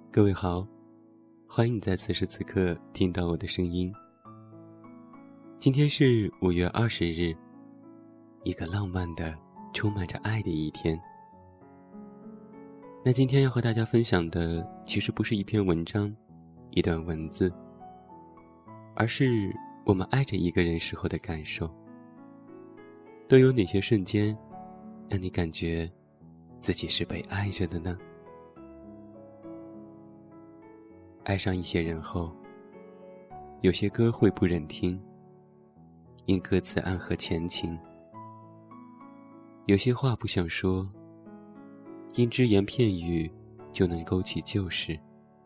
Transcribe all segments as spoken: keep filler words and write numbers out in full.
各位好，欢迎你在此时此刻听到我的声音。今天是五月二十日，一个浪漫的、充满着爱的一天。那今天要和大家分享的，其实不是一篇文章、一段文字，而是我们爱着一个人时候的感受。都有哪些瞬间，让你感觉自己是被爱着的呢？爱上一些人后，有些歌会不忍听，因歌词暗合前情；有些话不想说，因只言片语就能勾起旧事。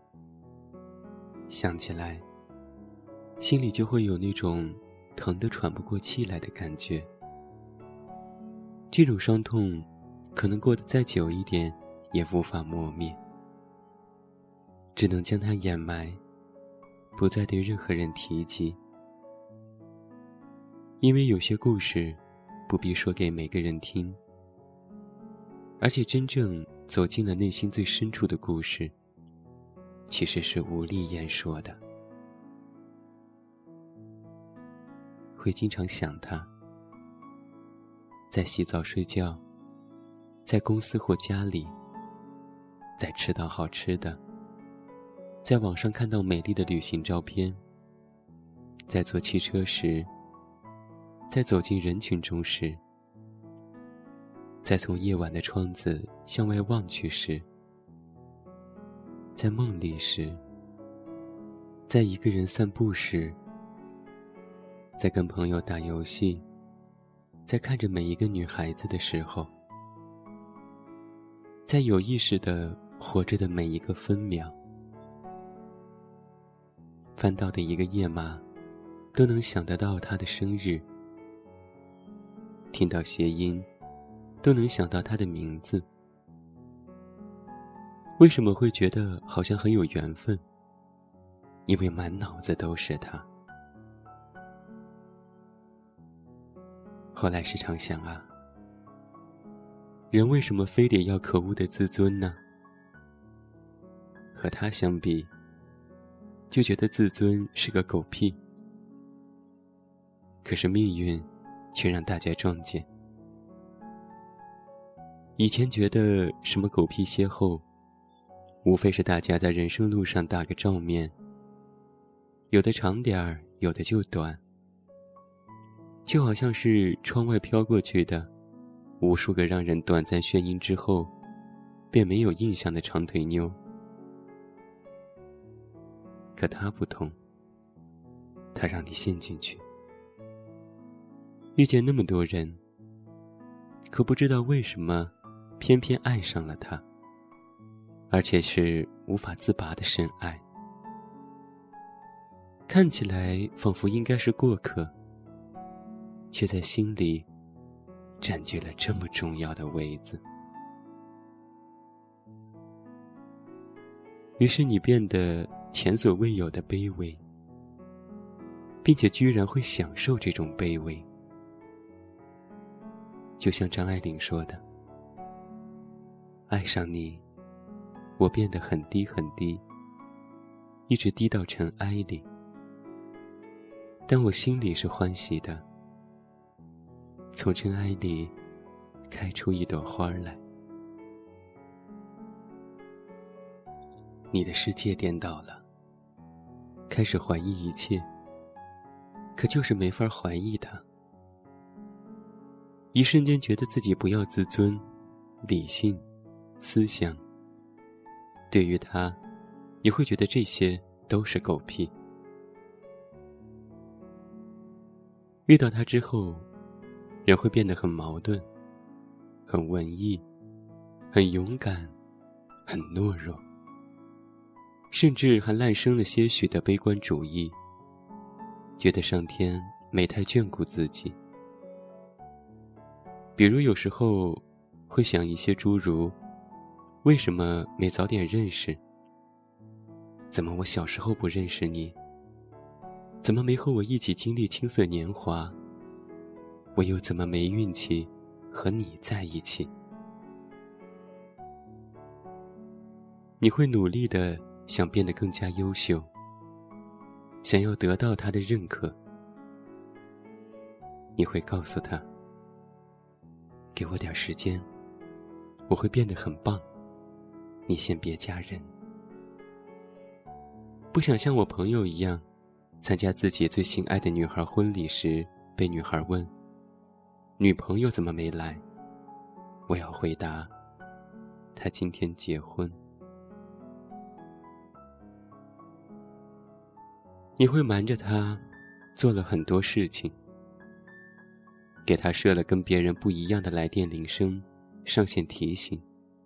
想起来，心里就会有那种疼得喘不过气来的感觉。这种伤痛，可能过得再久一点，也无法磨灭。只能将它掩埋，不再对任何人提及。因为有些故事不必说给每个人听，而且真正走进了内心最深处的故事，其实是无力言说的。会经常想他，在洗澡睡觉，在公司或家里，在吃到好吃的，在网上看到美丽的旅行照片，在坐汽车时，在走进人群中时，在从夜晚的窗子向外望去时，在梦里时，在一个人散步时，在跟朋友打游戏，在看着每一个女孩子的时候，在有意识地活着的每一个分秒，翻到的一个页码，都能想得到他的生日；听到谐音，都能想到他的名字。为什么会觉得好像很有缘分？因为满脑子都是他。后来时常想啊，人为什么非得要可恶的自尊呢？和他相比，就觉得自尊是个狗屁。可是命运却让大家撞见。以前觉得什么狗屁邂逅，无非是大家在人生路上打个照面，有的长点儿，有的就短，就好像是窗外飘过去的无数个让人短暂眩晕之后便没有印象的长腿妞。可他不同，他让你陷进去，遇见那么多人，可不知道为什么偏偏爱上了他，而且是无法自拔的深爱。看起来仿佛应该是过客，却在心里占据了这么重要的位子。于是你变得前所未有的卑微，并且居然会享受这种卑微。就像张爱玲说的，爱上你，我变得很低很低，一直低到尘埃里，但我心里是欢喜的，从尘埃里开出一朵花来。你的世界颠倒了，开始怀疑一切，可就是没法怀疑它。一瞬间觉得自己不要自尊、理性、思想，对于他，你会觉得这些都是狗屁。遇到他之后，人会变得很矛盾，很文艺，很勇敢，很懦弱，甚至还滥生了些许的悲观主义，觉得上天没太眷顾自己。比如有时候会想一些诸如，为什么没早点认识？怎么我小时候不认识你？怎么没和我一起经历青涩年华？我又怎么没运气和你在一起？你会努力地想变得更加优秀，想要得到他的认可，你会告诉他，给我点时间，我会变得很棒，你先别嫁人。不想像我朋友一样，参加自己最心爱的女孩婚礼时，被女孩问，女朋友怎么没来？我要回答，她今天结婚。你会瞒着她做了很多事情，给她设了跟别人不一样的来电铃声，上线提醒。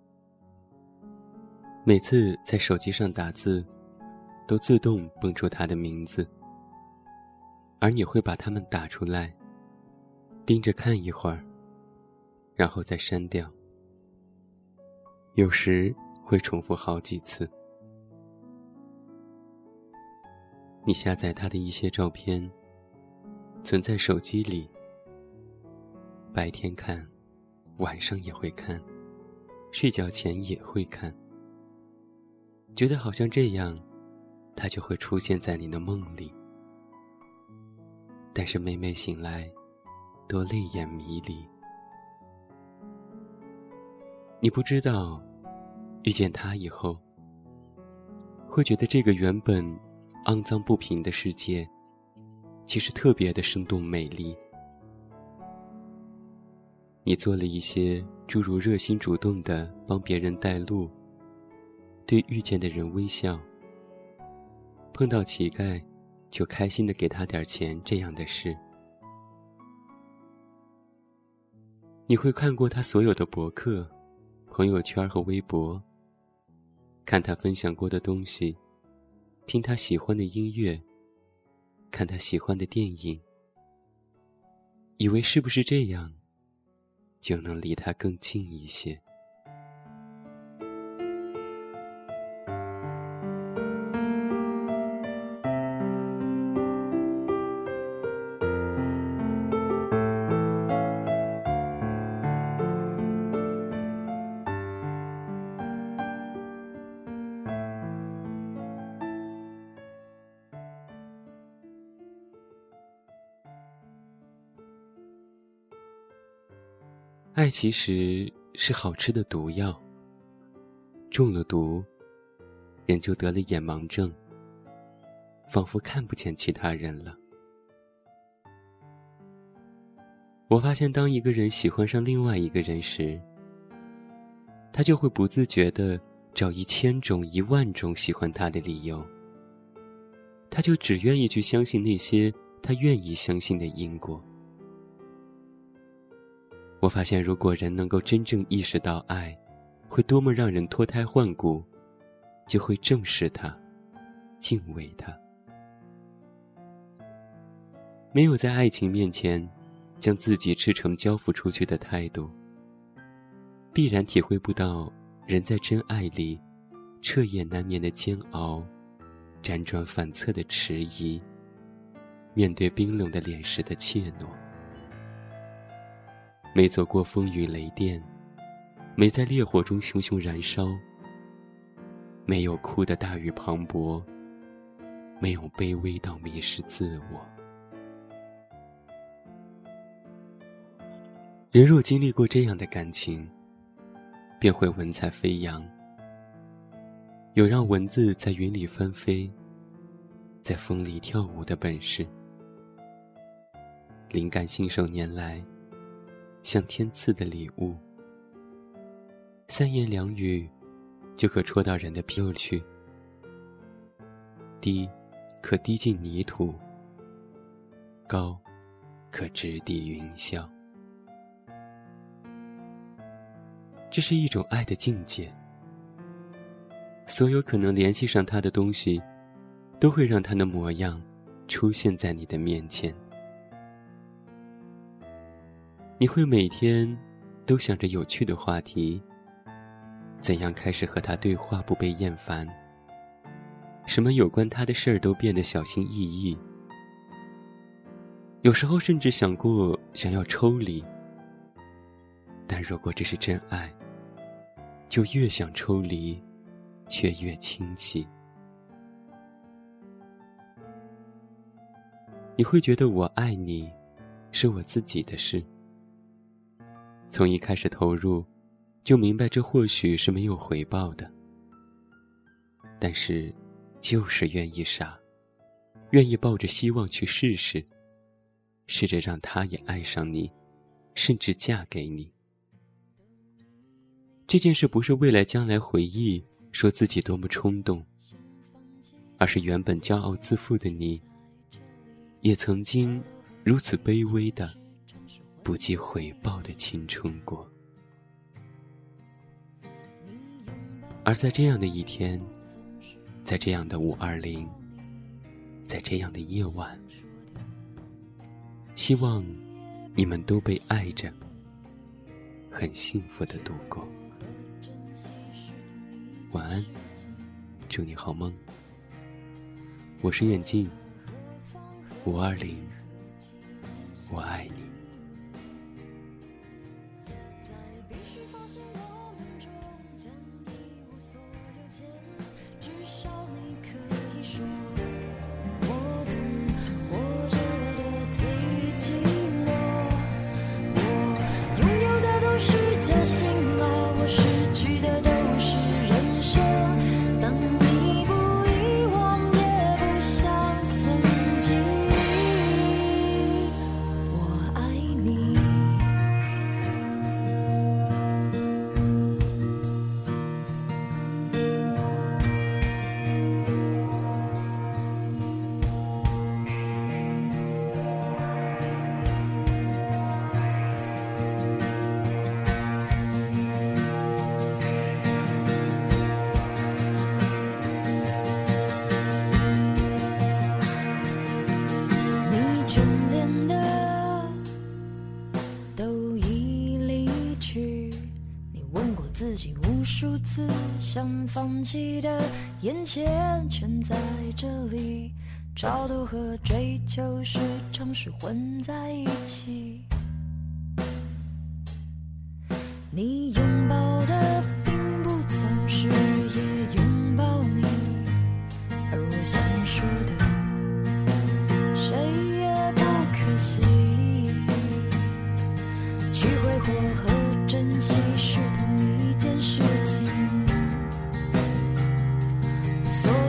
每次在手机上打字，都自动蹦出她的名字，而你会把它们打出来，盯着看一会儿，然后再删掉。有时会重复好几次。你下载他的一些照片，存在手机里，白天看，晚上也会看，睡觉前也会看，觉得好像这样，他就会出现在你的梦里。但是每每醒来，都泪眼迷离。你不知道，遇见他以后，会觉得这个原本肮脏不平的世界，其实特别的生动美丽。你做了一些诸如热心主动的帮别人带路，对遇见的人微笑，碰到乞丐就开心地给他点钱这样的事。你会看过他所有的博客、朋友圈和微博，看他分享过的东西，听他喜欢的音乐，看他喜欢的电影，以为是不是这样就能离他更近一些。爱其实是好吃的毒药，中了毒，人就得了眼盲症，仿佛看不见其他人了。我发现当一个人喜欢上另外一个人时，他就会不自觉地找一千种一万种喜欢他的理由，他就只愿意去相信那些他愿意相信的因果。我发现如果人能够真正意识到爱会多么让人脱胎换骨，就会正视它，敬畏它。没有在爱情面前将自己赤诚交付出去的态度，必然体会不到人在真爱里彻夜难眠的煎熬，辗转反侧的迟疑，面对冰冷的脸时的怯懦。没走过风雨雷电，没在烈火中熊熊燃烧，没有哭得大雨磅礴，没有卑微到迷失自我。人若经历过这样的感情，便会文采飞扬，有让文字在云里翻飞，在风里跳舞的本事。灵感信手拈来，像天赐的礼物，三言两语就可戳到人的皮肉去，低可滴进泥土，高可直抵云霄。这是一种爱的境界，所有可能联系上它的东西，都会让它的模样出现在你的面前。你会每天都想着有趣的话题，怎样开始和他对话不被厌烦，什么有关他的事儿都变得小心翼翼，有时候甚至想过想要抽离。但如果这是真爱，就越想抽离，却越清晰。 你会觉得我爱你是我自己的事。从一开始投入就明白这或许是没有回报的，但是就是愿意傻，愿意抱着希望去试试，试着让他也爱上你，甚至嫁给你。这件事不是为了将来回忆说自己多么冲动，而是原本骄傲自负的你，也曾经如此卑微的不计回报的青春过。而在这样的一天，在这样的五二零，在这样的夜晚，希望你们都被爱着，很幸福的度过。晚安，祝你好梦。我是远近，五二零，我爱你。 自己无数次想放弃的，眼前全在这里，超度和追求时常是混在一起。你拥抱的并不总是也拥抱你，而我想说的谁也不可惜，去挥霍和珍惜是同一件事情。所